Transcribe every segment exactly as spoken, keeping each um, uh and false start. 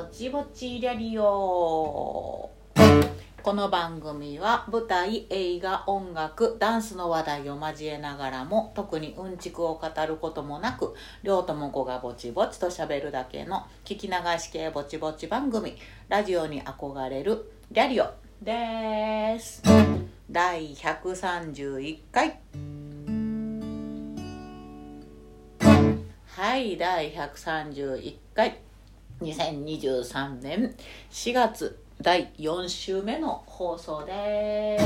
ちぼちラリオ。この番組は舞台、映画、音楽、ダンスの話題を交えながらも特にうんちくを語ることもなく、両とも子がぼちぼちと喋るだけの聞き流し系ぼちぼち番組、ラジオに憧れるラリオです。だいひゃくさんじゅういっかい。はい、だいひゃくさんじゅういっかい、にせんにじゅうさんねんしがつだいよん週目の放送です。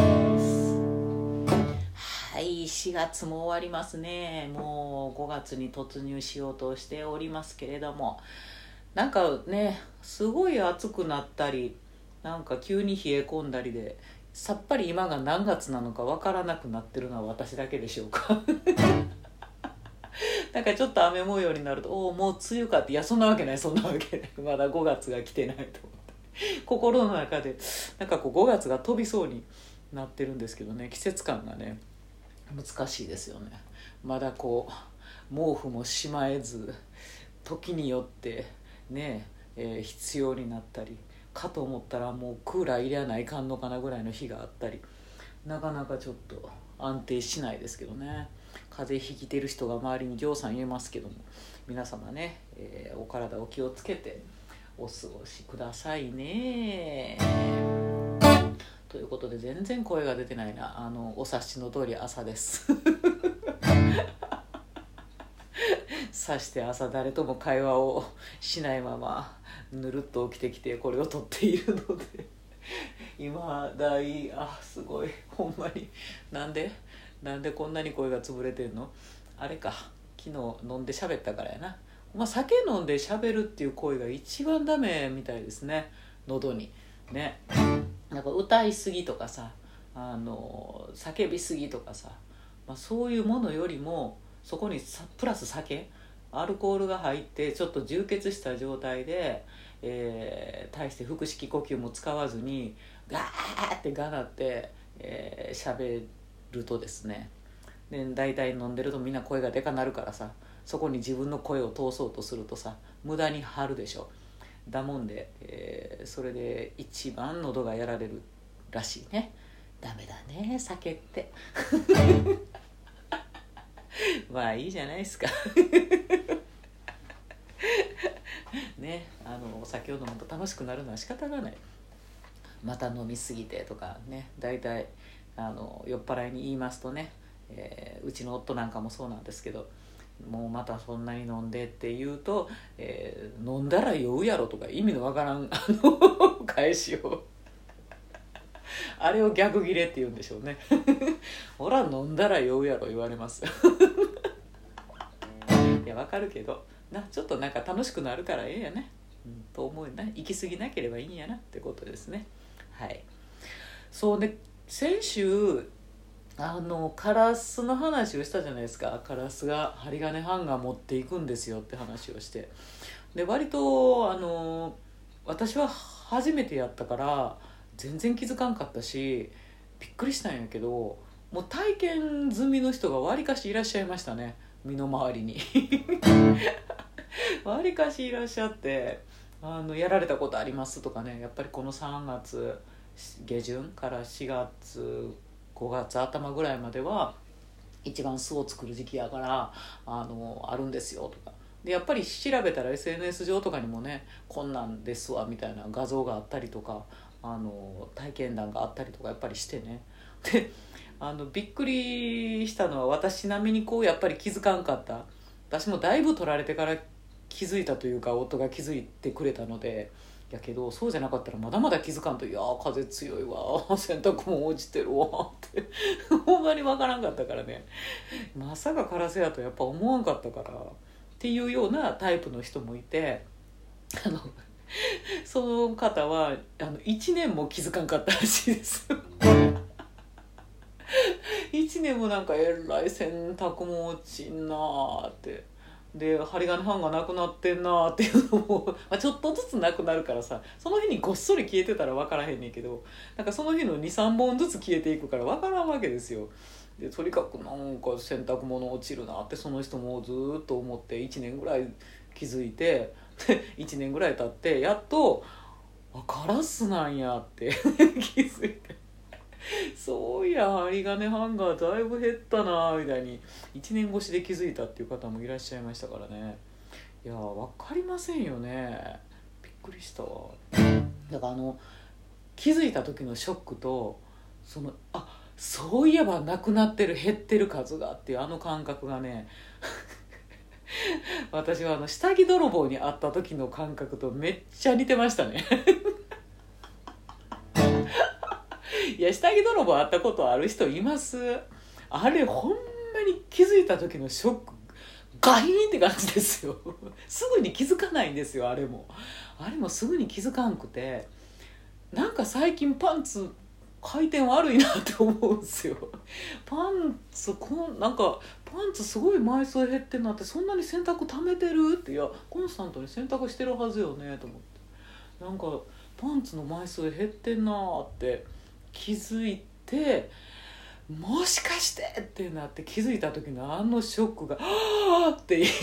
はい、しがつも終わりますね。もうごがつに突入しようとしておりますけれども、なんかね、すごい暑くなったり、なんか急に冷え込んだりで、さっぱり今が何月なのかわからなくなってるのは私だけでしょうか。なんかちょっと雨模様になると、おおもう梅雨かって、いやそんなわけないそんなわけない、まだごがつが来てないと思って心の中でなんかこうごがつが飛びそうになってるんですけどね、季節感がね難しいですよね。まだこう毛布もしまえず、時によってね、えー、必要になったりかと思ったら、もうクーラー入れないかんのかなぐらいの日があったり、なかなかちょっと安定しないですけどね。風邪ひいてる人が周りにぎょうさん言えますけども、皆様ね、えー、お体お気をつけてお過ごしくださいね。ということで、全然声が出てないな。あのお察しの通り朝ですさして朝誰とも会話をしないままぬるっと起きてきてこれを撮っているので今だいあすごいほんまになんでなんでこんなに声が潰れてんの。あれか、昨日飲んで喋ったからやな。まあ、酒飲んで喋るっていう声が一番ダメみたいですね、喉にね。なんか歌いすぎとかさ、あの叫びすぎとかさ、まあ、そういうものよりもそこにさプラス酒、アルコールが入ってちょっと充血した状態で、えー、対して腹式呼吸も使わずにガーってがなってえー、喋るとですね、で大体飲んでるとみんな声がでかなるからさ、そこに自分の声を通そうとするとさ、無駄に張るでしょ。だもんで、えー、それで一番喉がやられるらしいね。ダメだね酒ってまあいいじゃないですかね、あのお酒を飲むと楽しくなるのは仕方がない。また飲みすぎてとかね、大体あの酔っ払いに言いますとね、えー、うちの夫なんかもそうなんですけど、もうまたそんなに飲んでって言うと、えー、飲んだら酔うやろとか意味のわからんあの返しをあれを逆ギレって言うんでしょうねほら飲んだら酔うやろ言われますいやわかるけどな、ちょっとなんか楽しくなるからええやね、うん、と思うな。行き過ぎなければいいんやなってことですね。はい、そうね、先週あのカラスの話をしたじゃないですか。カラスが針金ハンガー持っていくんですよって話をして、で割とあの私は初めてやったから全然気づかんかったし、びっくりしたんやけど、もう体験済みの人がわりかしいらっしゃいましたね、身の回りにわりかしいらっしゃって、あのやられたことありますとかね。やっぱりこのさんがつ下旬からしがつごがつ頭ぐらいまでは一番巣を作る時期やから、あのあるんですよとかで、やっぱり調べたら エスエヌエス 上とかにもね、こんなんですわみたいな画像があったりとか、あの体験談があったりとかやっぱりしてね。であのびっくりしたのは、私並みにこうやっぱり気づかんかった。私もだいぶ取られてから気づいたというか、夫が気づいてくれたのでやけど、そうじゃなかったらまだまだ気づかんと、いやー風強いわ洗濯も落ちてるわってほんまにわからんかったからね。まさかカラスやとやっぱ思わんかったからっていうようなタイプの人もいて、あのその方はあのいちねんも気づかんかったらしいですいちねんもなんかえらい洗濯も落ちんなーって、で針金ハンガーなくなってんなっていうのもまあちょっとずつなくなるからさ、その日にごっそり消えてたら分からへんねんけど、なんかその日の にさんぼんずつ消えていくから分からんわけですよ。でとにかくなんか洗濯物落ちるなってその人もずっと思っていちねんぐらい気づいて、 いちねんぐらい経ってやっとあカラスなんやって気づいてそういや針金ハンガーだいぶ減ったなみたいにいちねん越しで気づいたっていう方もいらっしゃいましたからね。いや分かりませんよね。びっくりしたわ。だからあの気づいた時のショックとそのあそういえばなくなってる減ってる数がっていうあの感覚がね私はあの下着泥棒に会った時の感覚とめっちゃ似てましたねいや下着泥棒会ったことある人います？あれほんまに気づいた時のショックガインって感じですよすぐに気づかないんですよ。あれもあれもすぐに気づかんくてなんか最近パンツ回転悪いなって思うんですよ。パンツこんなんかパンツすごい枚数減ってんなってそんなに洗濯溜めてるっていやコンスタントに洗濯してるはずよねと思ってなんかパンツの枚数減ってんなって気づいてもしかしてってなって気づいた時のあのショックがはぁっていう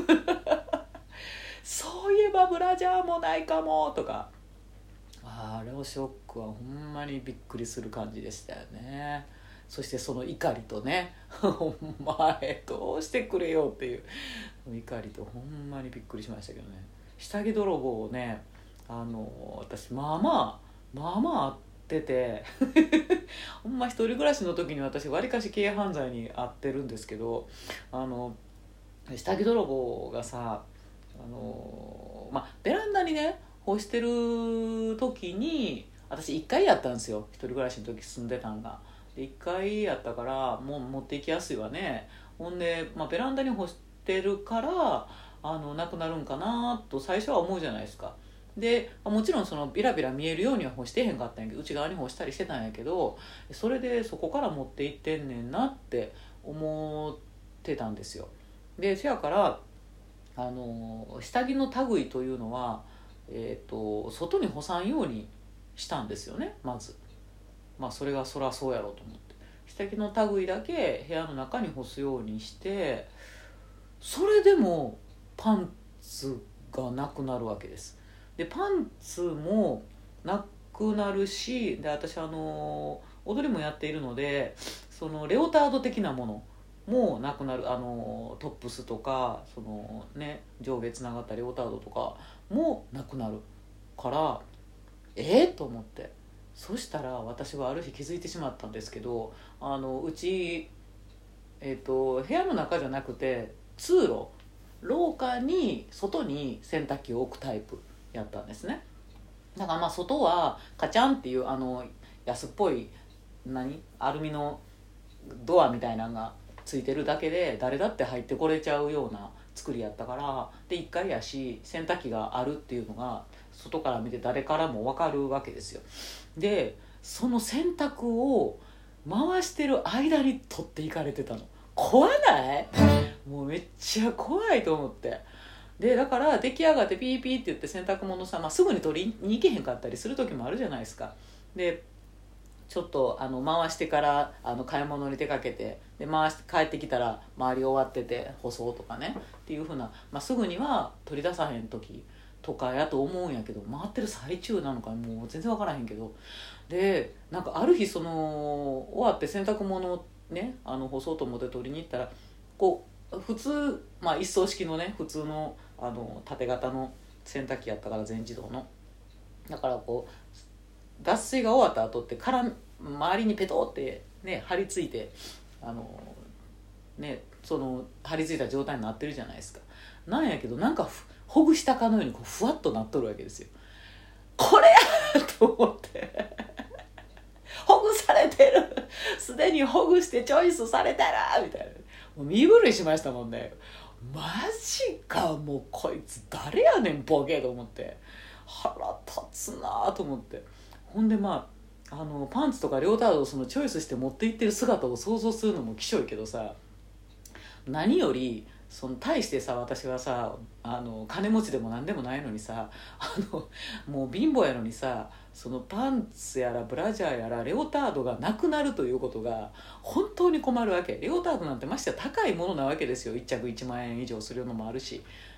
そういえばブラジャーもないかもとかあれのショックはほんまにびっくりする感じでしたよね。そしてその怒りとねお前どうしてくれよっていう怒りとほんまにびっくりしましたけどね。下着泥棒をねあの私まあまあまあまあ会っててほんま一人暮らしの時に私わりかし軽犯罪に遭ってるんですけどあの下着泥棒がさあの、まあ、ベランダにね干してる時に私いっかいやったんですよ。一人暮らしの時住んでたんがでいっかいやったからもう持っていきやすいわね。ほんで、まあ、ベランダに干してるからあのなくなるんかなと最初は思うじゃないですか。でもちろんそのビラビラ見えるようには干してへんかったんやけど内側に干したりしてたんやけどそれでそこから持っていってんねんなって思ってたんですよ。でせやからあの下着の類というのはえー、と外に干さんようにしたんですよね。まずまあそれがそらそうやろうと思って下着の類だけ部屋の中に干すようにしてそれでもパンツがなくなるわけです。でパンツもなくなるしで私あの踊りもやっているのでそのレオタード的なものもなくなるあのトップスとかその、ね、上下つながったレオタードとかもなくなるからえー、と思ってそしたら私はある日気づいてしまったんですけどあのうち、えー、と部屋の中じゃなくて通路廊下に外に洗濯機を置くタイプやったんですね。だからまあ外はカチャンっていうあの安っぽい何アルミのドアみたいなのがついてるだけで誰だって入ってこれちゃうような作りやったからでいっかいやし洗濯機があるっていうのが外から見て誰からも分かるわけですよ。でその洗濯を回してる間に取っていかれてたの怖ないもうめっちゃ怖いと思ってでだから出来上がってピーピーって言って洗濯物さ、まあ、すぐに取りに行けへんかったりする時もあるじゃないですか。でちょっとあの回してからあの買い物に出かけてで回して帰ってきたら周り終わってて舗装とかねっていう風な、まあ、すぐには取り出さへん時とかやと思うんやけど回ってる最中なのかもう全然分からへんけどでなんかある日その終わって洗濯物をねあの干そうと思って取りに行ったらこう普通、まあ、一層式のね普通の、あの縦型の洗濯機やったから全自動のだからこう脱水が終わった後ってから周りにペトってね張り付いてあのねその張り付いた状態になってるじゃないですか。なんやけどなんかほぐしたかのようにこうふわっとなっとるわけですよ。これやと思ってほぐされてるすでにほぐしてチョイスされたらみたいなもう身震いしましたもんね。マジかもうこいつ誰やねんボケと思って腹立つなと思ってほんでまああのパンツとかレオタードをそのチョイスして持っていってる姿を想像するのもきしょいけどさ何よりその対してさ私はさあの金持ちでも何でもないのにさあのもう貧乏やのにさそのパンツやらブラジャーやらレオタードがなくなるということが本当に困るわけ。レオタードなんてましては高いものなわけですよ。いっ着いちまん円以上するのもあるし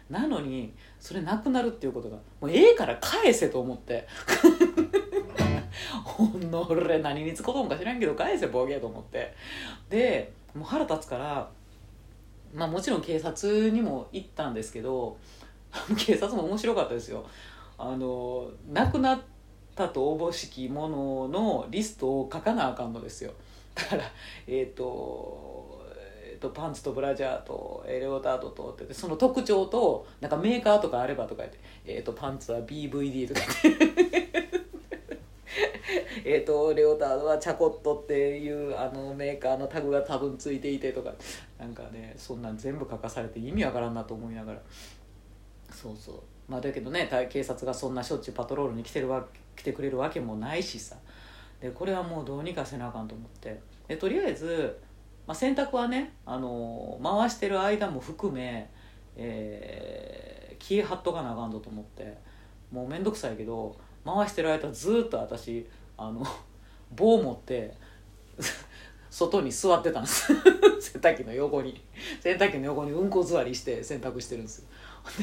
なのにそれなくなるっていうことがもうええから返せと思ってほんの俺何につことんか知らんけど返せボケと思って、でもう腹立つから、まあ、もちろん警察にも行ったんですけど警察も面白かったですよ。あのなくなったとおぼしきもののリストを書かなあかんのですよ。だからえっ、ー、とパンツとブラジャーとレオタードとってその特徴となんかメーカーとかあればとか言って、えー、とパンツは ビーブイディー とか言ってえとレオタードはチャコットっていうあのメーカーのタグが多分ついていてとかなんかね、そんなん全部書かされて意味わからんなと思いながら、そうそう、まあだけどね警察がそんなしょっちゅうパトロールに来てるわ来てくれるわけもないしさ、でこれはもうどうにかせなあかんと思って、でとりあえずまあ、洗濯はね、あのー、回してる間も含め、えー、気張っとかなあかんと思って、もうめんどくさいけど回してる間ずっと私あの棒持って外に座ってたんです洗濯機の横に洗濯機の横にうんこ座りして洗濯してるんですよ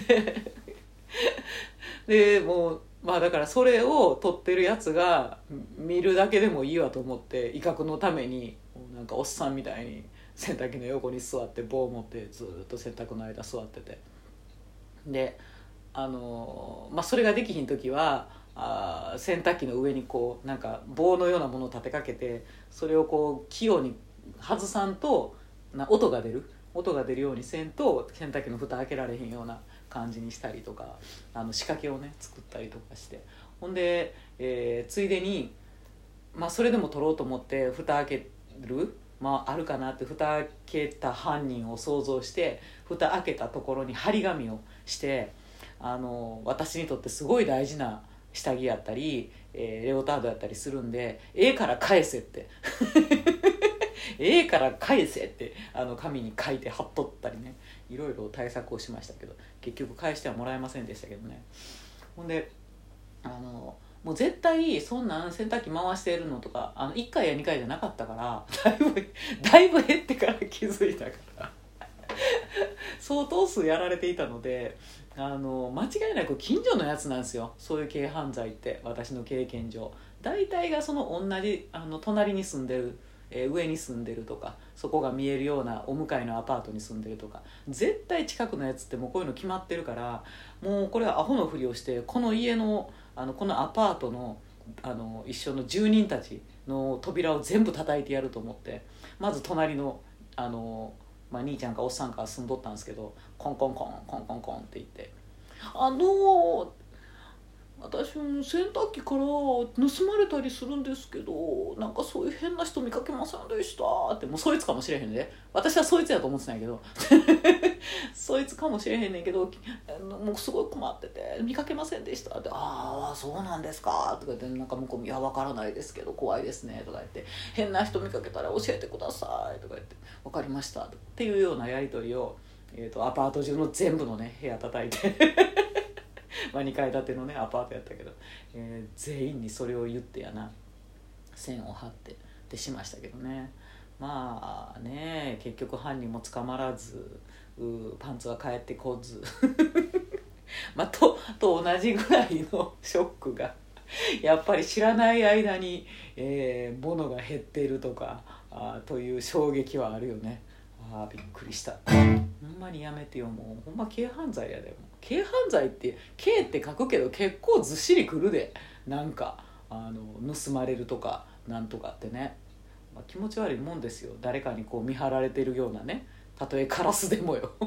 で, でもうまあだからそれを撮ってるやつが見るだけでもいいわと思って威嚇のためになんかおっさんみたいに洗濯機の横に座って棒を持ってずっと洗濯の間座ってて、であのー、まあそれができひん時はあ洗濯機の上にこうなんか棒のようなものを立てかけてそれをこう器用に外さんとな音が出る音が出るようにせんと洗濯機の蓋開けられへんような感じにしたりとか、あの仕掛けをね作ったりとかして、ほんで、えー、ついでにまあそれでも取ろうと思って蓋開ける、まあ、あるかなって蓋開けた犯人を想像して蓋開けたところに張り紙をして、あの私にとってすごい大事な下着やったり、えー、レオタードやったりするんでええから返せってええから返せってあの紙に書いて貼っとったりね、いろいろ対策をしましたけど結局返してはもらえませんでしたけどね。ほんであのもう絶対そんなん洗濯機回してるのとかあのいっかいやにかいじゃなかったからだいぶだいぶ減ってから気づいたから相当数やられていたので、あの間違いなく近所のやつなんですよ、そういう軽犯罪って。私の経験上大体がその同じあの隣に住んでる、えー、上に住んでるとかそこが見えるようなお向かいのアパートに住んでるとか絶対近くのやつってもうこういうの決まってるから、もうこれはアホのふりをしてこの家のあのこのアパートのあの一緒の住人たちの扉を全部叩いてやると思って、まず隣のあの、まあ、兄ちゃんかおっさんか住んどったんですけど、コンコンコンコンコンコンって言って「あの私も洗濯機から盗まれたりするんですけどなんかそういう変な人見かけませんでした」って、もうそいつかもしれへんね、私はそいつやと思ってたんやけどそいつかもしれへんねんけどもうすごい困ってて見かけませんでしたって「ああそうなんですか」とか言ってなんか向こう「いやわからないですけど怖いですね」とか言って「変な人見かけたら教えてください」とか言って「わかりました」っていうようなやり取りを、えーと、アパート中の全部のね部屋叩いてまあにかい建てのねアパートやったけど、えー、全員にそれを言ってやな線を張ってってしましたけどね。まあね結局犯人も捕まらずパンツは返ってこずまあとと同じぐらいのショックがやっぱり知らない間に、えー、物が減っているとかあという衝撃はあるよね。あびっくりした。ほんまにやめてよ、もうほんま軽犯罪やで。も軽犯罪って軽って書くけど結構ずっしりくるで、なんかあの盗まれるとかなんとかってね、まあ、気持ち悪いもんですよ。誰かにこう見張られてるようなね、たとえカラスでもよ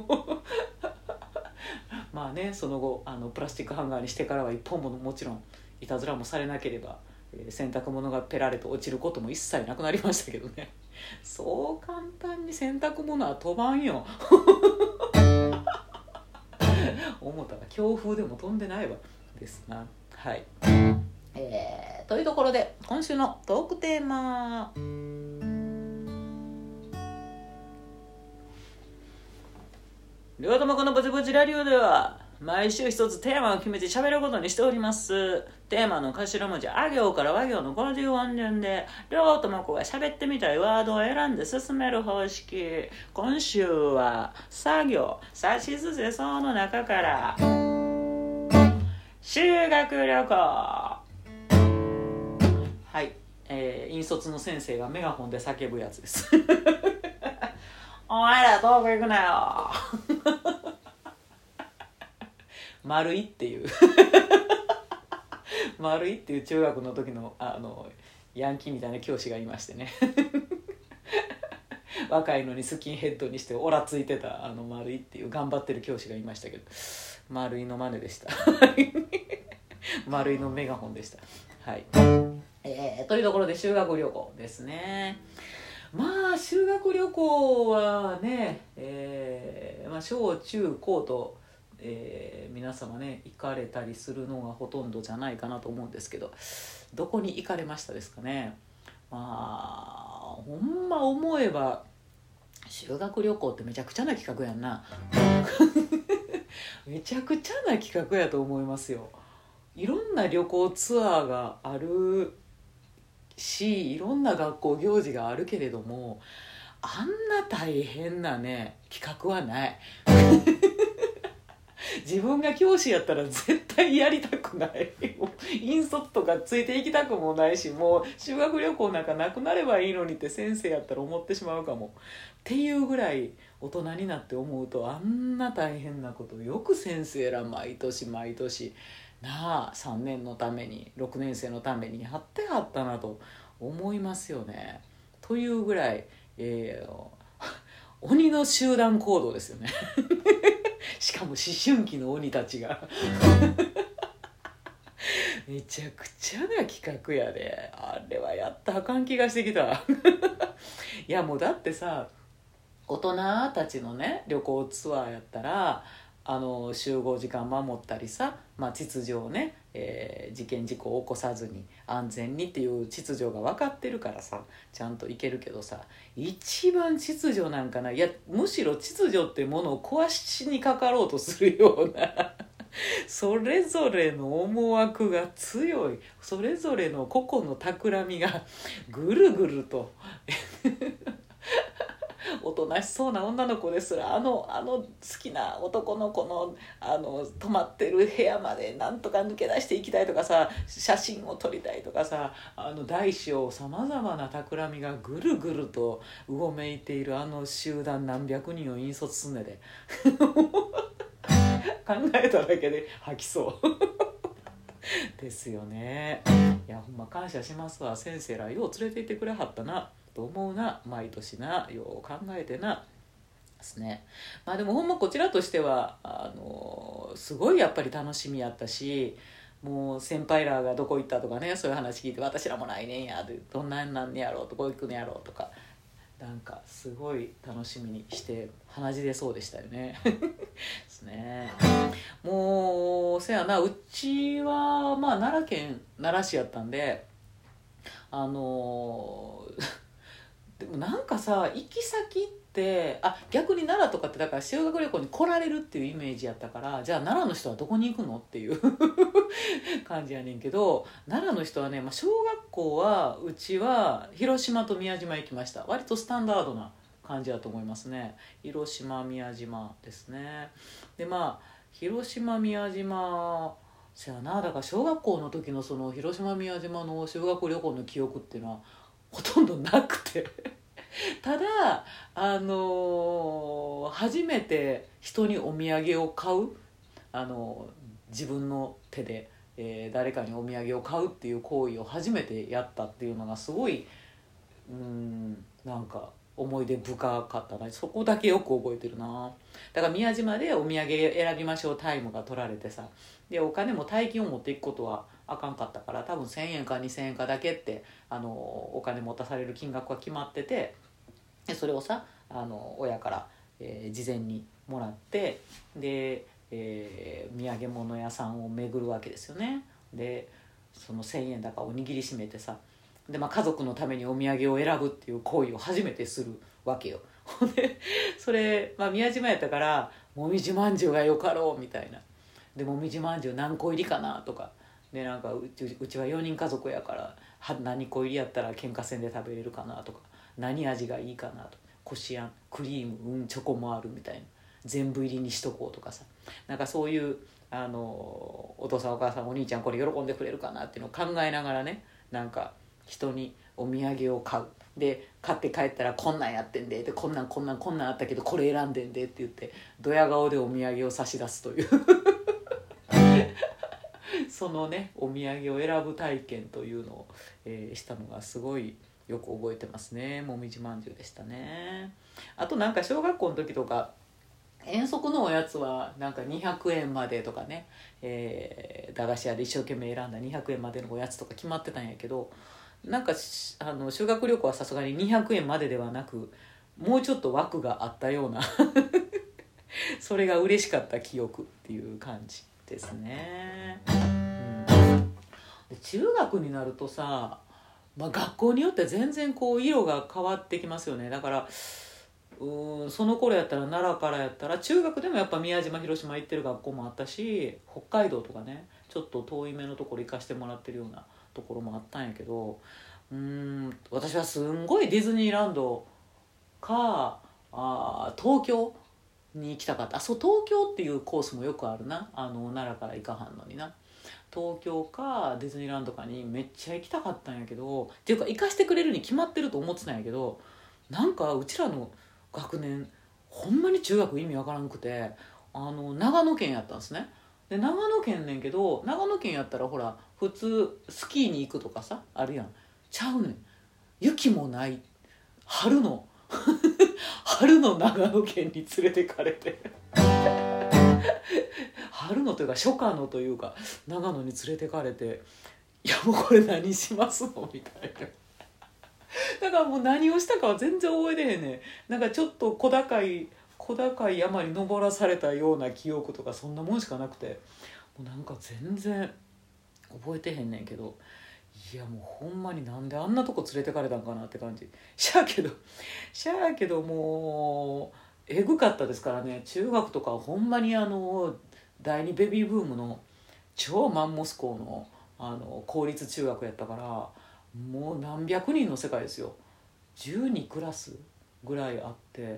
まあねその後あのプラスチックハンガーにしてからは一本ももちろんいたずらもされなければ、えー、洗濯物がペラレと落ちることも一切なくなりましたけどね。そう簡単に洗濯物は飛ばんよ思ったら強風でも飛んでないわですな。はい、えー、というところで今週のトークテーマ、両友このぼちぼちラジオでは毎週一つテーマを決めて喋ることにしております。テーマの頭文字あ行から和行のごじゅう音順で両ともこが喋ってみたいワードを選んで進める方式。今週は作業さしすせそうの中から修学旅行。はい、えー、引率の先生がメガホンで叫ぶやつですお前ら遠く行くなよ丸いっていう丸いっていう中学の時のあのヤンキーみたいな教師がいましてね若いのにスキンヘッドにしてオラついてたあの丸いっていう頑張ってる教師がいましたけど、丸いの真似でした丸いのメガホンでした。はい、えー、というところで修学旅行ですね。まあ修学旅行はね、えーまあ、小中高とえー、皆様ね行かれたりするのがほとんどじゃないかなと思うんですけど、どこに行かれましたですかね。まあほんま思えば修学旅行ってめちゃくちゃな企画やんなめちゃくちゃな企画やと思いますよ。いろんな旅行ツアーがあるし、いろんな学校行事があるけれども、あんな大変なね企画はない自分が教師やったら絶対やりたくない引率とかついていきたくもないし、もう修学旅行なんかなくなればいいのにって先生やったら思ってしまうかもっていうぐらい大人になって思うと、あんな大変なことよく先生ら毎年毎年なあさんねんのためにろくねん生のためにやってはったなと思いますよね。というぐらい、えー、鬼の集団行動ですよねしかも思春期の鬼たちがめちゃくちゃな企画やで、あれはやったらあかん気がしてきたいやもうだってさ、大人たちのね旅行ツアーやったらあの集合時間守ったりさ、まあ、秩序をね、えー、事件事故を起こさずに安全にっていう秩序が分かってるからさちゃんと行けるけどさ、一番秩序なんかな、いやむしろ秩序ってものを壊しにかかろうとするようなそれぞれの思惑が強い、それぞれの個々の企みがぐるぐるとおとなしそうな女の子ですらあのあの好きな男の子のあの泊まってる部屋までなんとか抜け出していきたいとかさ、写真を撮りたいとかさ、あの大小さまざまな企みがぐるぐるとうごめいているあの集団何百人を引率すんねで考えただけで吐きそうですよね。いやほんま感謝しますわ、先生らよう連れて行ってくれはったなと思うな、毎年な、よう考えてなですね。まあでもほんまこちらとしてはあのすごいやっぱり楽しみやったし、もう先輩らがどこ行ったとかね、そういう話聞いて私らも来年やでどんなんなんねやろう、どこ行くのやろうとか、なんかすごい楽しみにして鼻血出そうでしたよねですね。もうせやな、うちはまあ奈良県奈良市やったんで、あのでもなんかさ行き先ってあ逆に奈良とかってだから修学旅行に来られるっていうイメージやったから、じゃあ奈良の人はどこに行くのっていう感じやねんけど、奈良の人はね、まあ、小学校はうちは広島と宮島行きました。割とスタンダードな感じだと思いますね。広島宮島ですね。でまあ広島宮島そやな、だから小学校の時のその広島宮島の修学旅行の記憶っていうのはほとんどなくてただあのー、初めて人にお土産を買う、あのー、自分の手で、えー、誰かにお土産を買うっていう行為を初めてやったっていうのがすごい、うーんなんか思い出深かったな。そこだけよく覚えてるな。だから宮島でお土産選びましょうタイムが取られてさ、でお金も大金を持っていくことはあかんかったから、多分せんえんかにせんえんかだけってあのお金持たされる金額が決まってて、でそれをさあの親から、えー、事前にもらって、で、えー、土産物屋さんを巡るわけですよね。でそのせんえんだからおにぎり締めてさ、で、まあ、家族のためにお土産を選ぶっていう行為を初めてするわけよ。でそれ、まあ、宮島やったからもみじまんじゅうがよかろうみたいな、 でもみじまんじゅう何個入りかなとかで、なんかうち、うちはよにん家族やからは何個入りやったら喧嘩せんで食べれるかなとか、何味がいいかなとか、こしあんクリーム、うん、チョコもあるみたいな、全部入りにしとこうとかさ、なんかそういうあのお父さんお母さんお兄ちゃんこれ喜んでくれるかなっていうのを考えながらね、なんか人にお土産を買う、で買って帰ったらこんなんやってんで、でこんなんこんなんこんなんあったけどこれ選んでんでって言ってドヤ顔でお土産を差し出すというそのねお土産を選ぶ体験というのを、えーしたのがすごいよく覚えてますね。もみじまんじゅうでしたね。あとなんか小学校の時とか遠足のおやつはなんかにひゃくえんまでとかね、えー駄菓子屋で一生懸命選んだにひゃくえんまでのおやつとか決まってたんやけど、なんかあの修学旅行はさすがににひゃくえんまでではなくもうちょっと枠があったようなそれが嬉しかった記憶っていう感じですね、うん、で中学になるとさ、まあ、学校によって全然こう色が変わってきますよね。だからうーんその頃やったら奈良からやったら中学でもやっぱ宮島広島行ってる学校もあったし、北海道とかねちょっと遠い目のところ行かしてもらってるようなところもあったんやけど、うーん私はすんごいディズニーランドかあ東京に行きたかった。あそう東京っていうコースもよくあるな、あの奈良から行かはんのにな。東京かディズニーランドかにめっちゃ行きたかったんやけど、っていうか行かしてくれるに決まってると思ってたんやけど、なんかうちらの学年ほんまに中学意味わからんくて、あの長野県やったんですね。で長野県ねんけど、長野県やったらほら普通スキーに行くとかさあるやん。ちゃうねん、雪もない春の春の長野県に連れてかれて春のというか初夏のというか長野に連れてかれて、いやもうこれ何しますのみたいな。だからもう何をしたかは全然覚えてへんねん。なんかちょっと小高い小高い山に登らされたような記憶とかそんなもんしかなくて、もうなんか全然覚えてへんねんけど、いやもうほんまになんであんなとこ連れてかれたんかなって感じ。しゃあけどしゃあけどもうえぐかったですからね。中学とかほんまにあの第二ベビーブームの超マンモス校のあの公立中学やったから、もう何百人の世界ですよ。じゅうにクラスぐらいあって、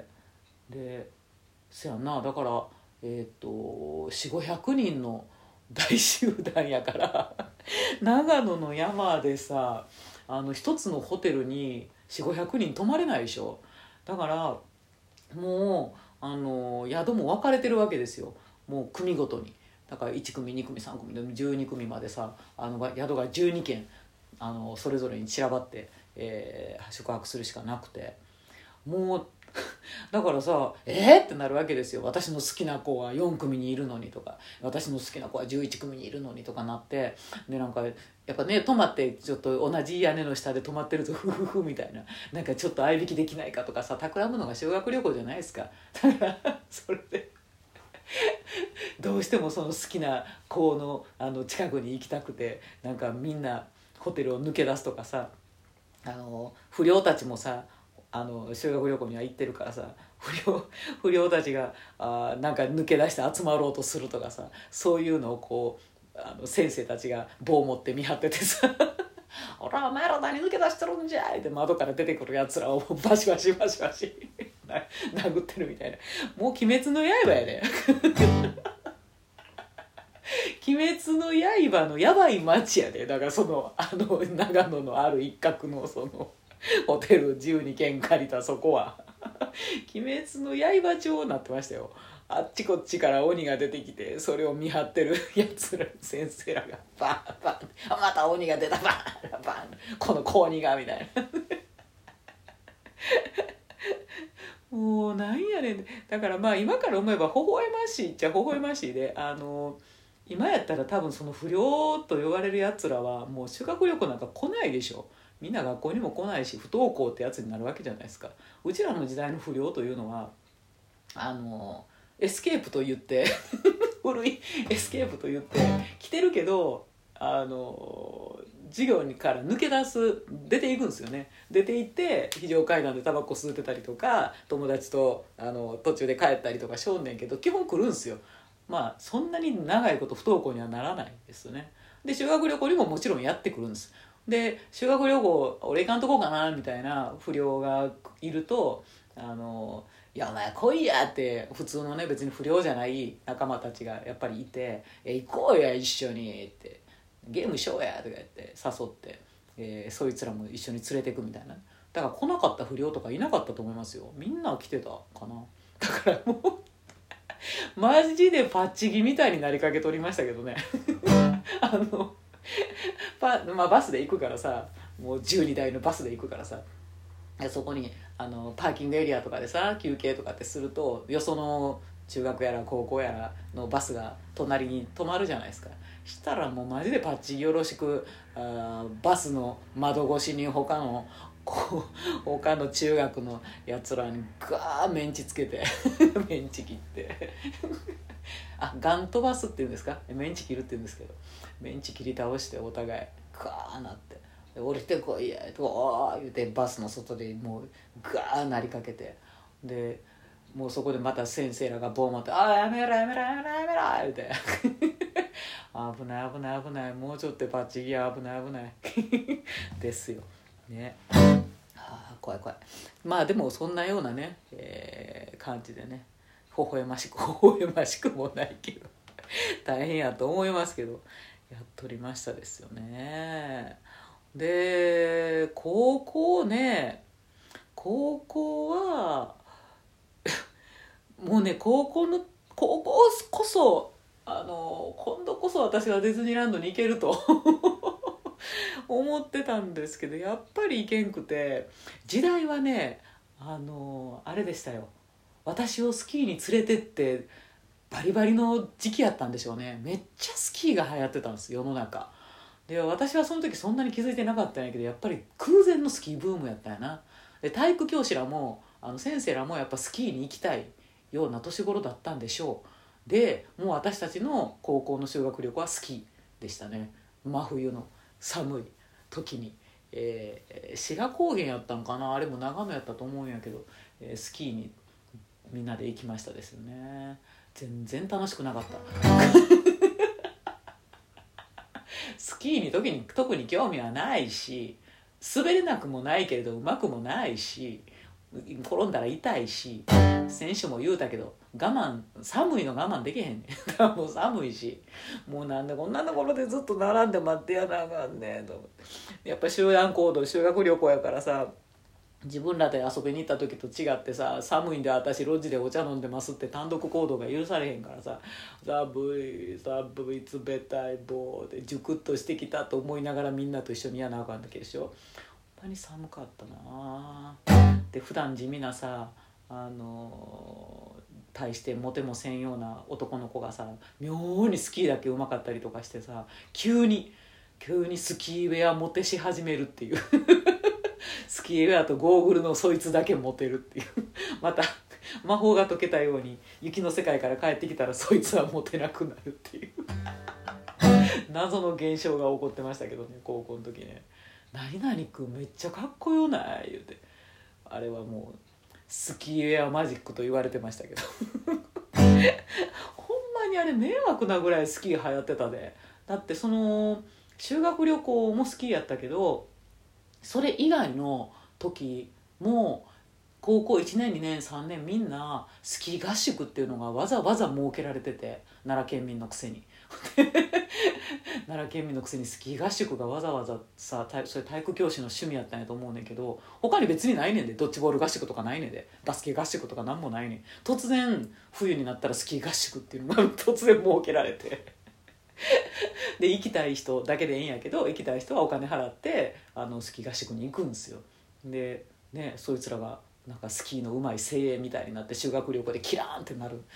でせやんな、だからえっ、ー、とよんひゃくごひゃくにんの大集団やから長野の山でさ、あの一つのホテルによんひゃくごひゃくにん泊まれないでしょ。だからもうあの宿も分かれてるわけですよ、もう組ごとに。だからいち組に組さん組でじゅうに組までさ、あの宿がじゅうにけんあのそれぞれに散らばって、えー宿泊するしかなくて、もうだからさえー、ってなるわけですよ。私の好きな子はよん組にいるのにとか、私の好きな子はじゅういち組にいるのにとかなって、でなんかやっぱね泊まってちょっと同じ屋根の下で泊まってるとフフフみたいな、なんかちょっと相引きできないかとかさ企むのが修学旅行じゃないですか。だからそれでどうしてもその好きな子のあの近くに行きたくて、なんかみんなホテルを抜け出すとかさ、あの不良たちもさあの修学旅行には行ってるからさ、不良不良たちがあなんか抜け出して集まろうとするとかさ、そういうのをこうあの先生たちが棒を持って見張っててさ「おらお前ら何抜け出してるんじゃい」って窓から出てくるやつらをバシバシバシバシ殴ってるみたいな、もう「鬼滅の刃」やで鬼滅の刃のやばい街やで。だからそのあの長野のある一角のそのホテルじゅうにけん借りたそこは鬼滅の刃町になってましたよ。あっちこっちから鬼が出てきてそれを見張ってるやつら先生らがバンバン、あまた鬼が出たバンバン、この子鬼がみたいなもうなんやねん。だからまあ今から思えば微笑ましいっちゃ微笑ましいで、あの今やったら多分その不良と呼ばれるやつらはもう修学旅行なんか来ないでしょ。みんな学校にも来ないし不登校ってやつになるわけじゃないですか。うちらの時代の不良というのはあのエスケープと言って古いエスケープと言って来てるけど、あの授業から抜け出す出ていくんですよね。出て行って非常階段でタバコ吸ってたりとか友達とあの途中で帰ったりとかしょんねんけど、基本来るんですよ。 まあそんなに長いこと不登校にはならないですよね。で修学旅行にももちろんやってくるんです。で修学旅行俺行かんとこうかなみたいな不良がいると、あのいやお前来いやって普通のね別に不良じゃない仲間たちがやっぱりいて「え行こうや一緒に」って「ゲームしようや」とか言って誘って、えー、そいつらも一緒に連れてくみたいな。だから来なかった不良とかいなかったと思いますよ。みんな来てたかな。だからもうマジでパッチギみたいになりかけとりましたけどねあのパ、まあ、バスで行くからさ、もうじゅうにだいのバスで行くからさ、そこにあのパーキングエリアとかでさ休憩とかってすると、よその中学やら高校やらのバスが隣に止まるじゃないですか。したらもうマジでパッチギよろしく、あバスの窓越しに他のこう他の中学のやつらにガーメンチつけてメンチ切ってあガン飛ばすっていうんですか、メンチ切るって言うんですけど、メンチ切り倒してお互いガーなって「降りてこいや」とか「おー」言うてバスの外でもうガーなりかけて、でもうそこでまた先生らが棒持って「ああやめろやめろやめろやめろ」言うて危ない危ない危ない、もうちょっとパッチギア危ない危ないですよね。ああ怖い怖い。まあでもそんなようなね、えー、感じでね、微笑ましく微笑ましくもないけど大変やと思いますけどやっとりましたですよね。で高校ね、高校はもうね高校の高校こそあの今度こそ私はディズニーランドに行けると思ってたんですけど、やっぱり行けんくて、時代はねあのあれでしたよ、私をスキーに連れてってバリバリの時期やったんでしょうね。めっちゃスキーが流行ってたんです世の中で。私はその時そんなに気づいてなかったんやけど、やっぱり空前のスキーブームやったんやな。で体育教師らもあの先生らもやっぱスキーに行きたいような年頃だったんでしょう。でもう私たちの高校の修学旅行はスキーでしたね。真冬の寒い時に、えー、志賀高原やったんかな、あれも長野やったと思うんやけど、えー、スキーにみんなで行きましたですよね。全然楽しくなかったスキーに特に特に興味はないし、滑れなくもないけれどうまくもないし、転んだら痛いし、選手も言うたけど我慢寒いの我慢できへんねんもう寒いし、もうなんでこんなところでずっと並んで待ってやなあかんねんと思って。やっぱ集団行動修学旅行やからさ、自分らで遊びに行った時と違ってさ、寒いんで私ロッジでお茶飲んでますって単独行動が許されへんからさ、寒い寒い冷たい棒でジュクッとしてきたと思いながらみんなと一緒にやなあかんだけでしょ。ほんまに寒かったな。で普段地味なさ、あの対してモテもせんような男の子がさ妙にスキーだけ上手かったりとかしてさ、急に急にスキーウェアモテし始めるっていうスキーウェアとゴーグルのそいつだけモテるっていうまた魔法が解けたように雪の世界から帰ってきたらそいつはモテなくなるっていう謎の現象が起こってましたけどね、高校の時ね。何々くんめっちゃかっこよない言うて、あれはもうスキーウェアマジックと言われてましたけどほんまにあれ迷惑なぐらいスキー流行ってたで。だってその修学旅行もスキーやったけど、それ以外の時も高校いちねんにねんさんねんみんなスキー合宿っていうのがわざわざ設けられてて、奈良県民のくせに奈良県民のくせにスキー合宿がわざわざさ、それ体育教師の趣味やったんやと思うねんけど、他に別にないねんで。ドッジボール合宿とかないねんで、バスケ合宿とかなんもないねん。突然冬になったらスキー合宿っていうのが突然設けられてで行きたい人だけでいいんやけど、行きたい人はお金払ってあのスキー合宿に行くんですよ。でね、そいつらがなんかスキーの上手い精鋭みたいになって修学旅行でキラーンってなる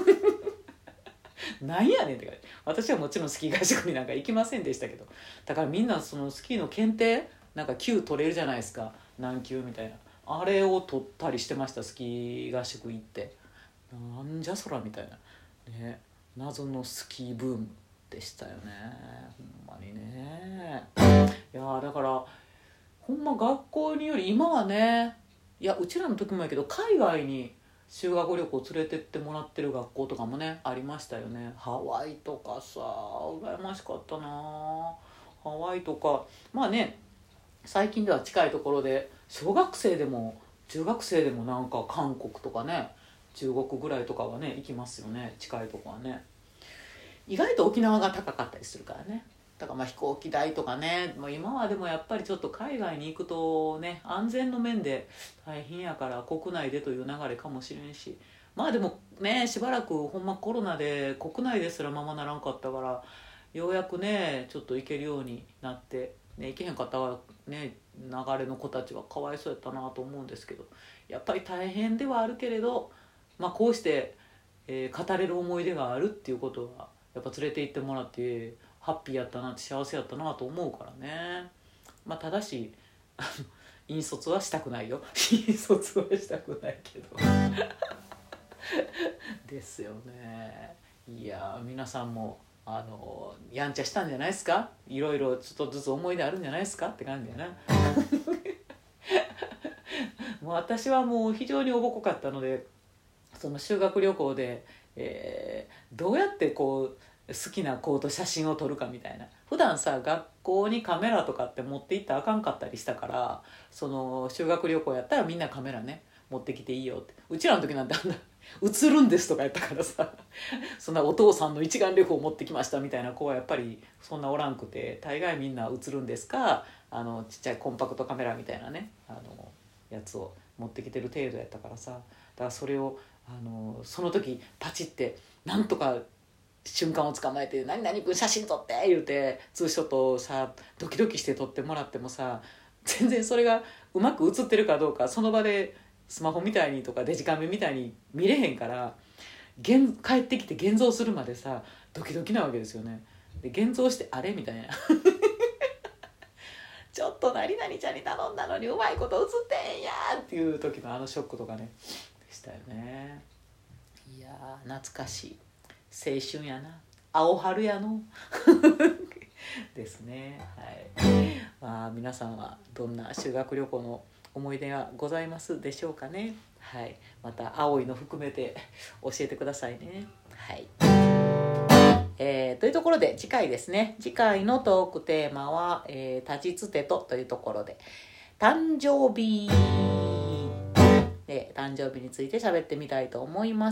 なんやねんってか、私はもちろんスキー合宿になんか行きませんでしたけど、だからみんなそのスキーの検定なんか級取れるじゃないですか、何級みたいな、あれを取ったりしてました。スキー合宿行って、なんじゃそらみたいなね、謎のスキーブームでしたよね、ほんまにね。いやだからほんま学校により今はね、いやうちらの時もやけど海外に修学旅行連れてってもらってる学校とかもねありましたよね。ハワイとかさ羨ましかったな。ハワイとかまあね最近では近いところで小学生でも中学生でもなんか韓国とかね中国ぐらいとかはね行きますよね。近いとこはね意外と沖縄が高かったりするからね。だからまあ飛行機代とかねもう今はでもやっぱりちょっと海外に行くとね安全の面で大変やから国内でという流れかもしれんし、まあでもねしばらくほんまコロナで国内ですらままならんかったからようやくねちょっと行けるようになって、ね、行けへんかったはね流れの子たちはかわいそうやったなと思うんですけど、やっぱり大変ではあるけれど、まあ、こうして、えー語れる思い出があるっていうことはやっぱ連れて行ってもらってハッピーやったなって幸せやったなと思うからね。まあただしあの引率はしたくないよ引率はしたくないけどですよね。いや皆さんもあのやんちゃしたんじゃないですか。いろいろちょっとずつ思い出あるんじゃないですかって感じやなもう私はもう非常におぼこかったのでその修学旅行で、えーどうやってこう好きな子と写真を撮るかみたいな、普段さ学校にカメラとかって持って行ったらあかんかったりしたから、その修学旅行やったらみんなカメラね持ってきていいよって、うちらの時なんてあんな映るんですとかやったからさそんなお父さんの一眼レフを持ってきましたみたいな子はやっぱりそんなおらんくて、大概みんな映るんですかあのちっちゃいコンパクトカメラみたいなねあのやつを持ってきてる程度やったからさ、だからそれをあのその時パチってなんとか瞬間を捕まえて「何々君写真撮って」言うてツーショットをさドキドキして撮ってもらってもさ、全然それがうまく映ってるかどうかその場でスマホみたいにとかデジカメみたいに見れへんから、現帰ってきて現像するまでさドキドキなわけですよね。で現像してあれみたいなちょっと何々ちゃんに頼んだのにうまいこと映ってへんやんっていう時のあのショックとかねでしたよね。いやー懐かしい青春やな、青春やのですね。はい、まあ皆さんはどんな修学旅行の思い出がございますでしょうかね。はい、また青いの含めて教えてくださいね。はい、えー、というところで次回ですね、次回のトークテーマは、えー、立ちつてとというところで誕生日で誕生日について喋ってみたいと思います。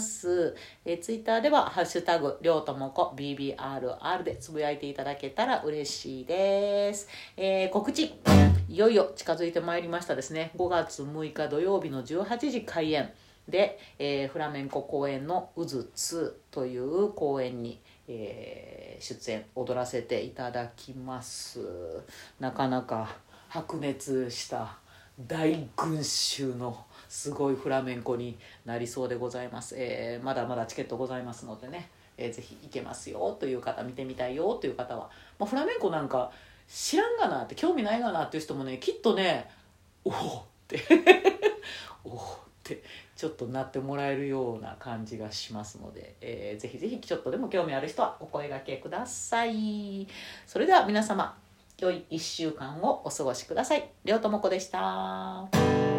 えー、ツイッターではハッシュタグりょうともこ ビービーアールアール でつぶやいていただけたら嬉しいです。えー、告知いよいよ近づいてまいりましたですね。ごがつむいか土曜日のじゅうはちじ開演で、えー、フラメンコ公演のうずツーという公演に、えー、出演踊らせていただきます。なかなか白熱した大群衆のすごいフラメンコになりそうでございます。えー、まだまだチケットございますのでね、えー、ぜひ行けますよという方、見てみたいよという方は、まあ、フラメンコなんか知らんがなって興味ないがなっていう人もねきっとねおおっておおってちょっとなってもらえるような感じがしますので、えー、ぜひぜひちょっとでも興味ある人はお声掛けください。それでは皆様良いいっしゅうかんをお過ごしください。りょうともこでした。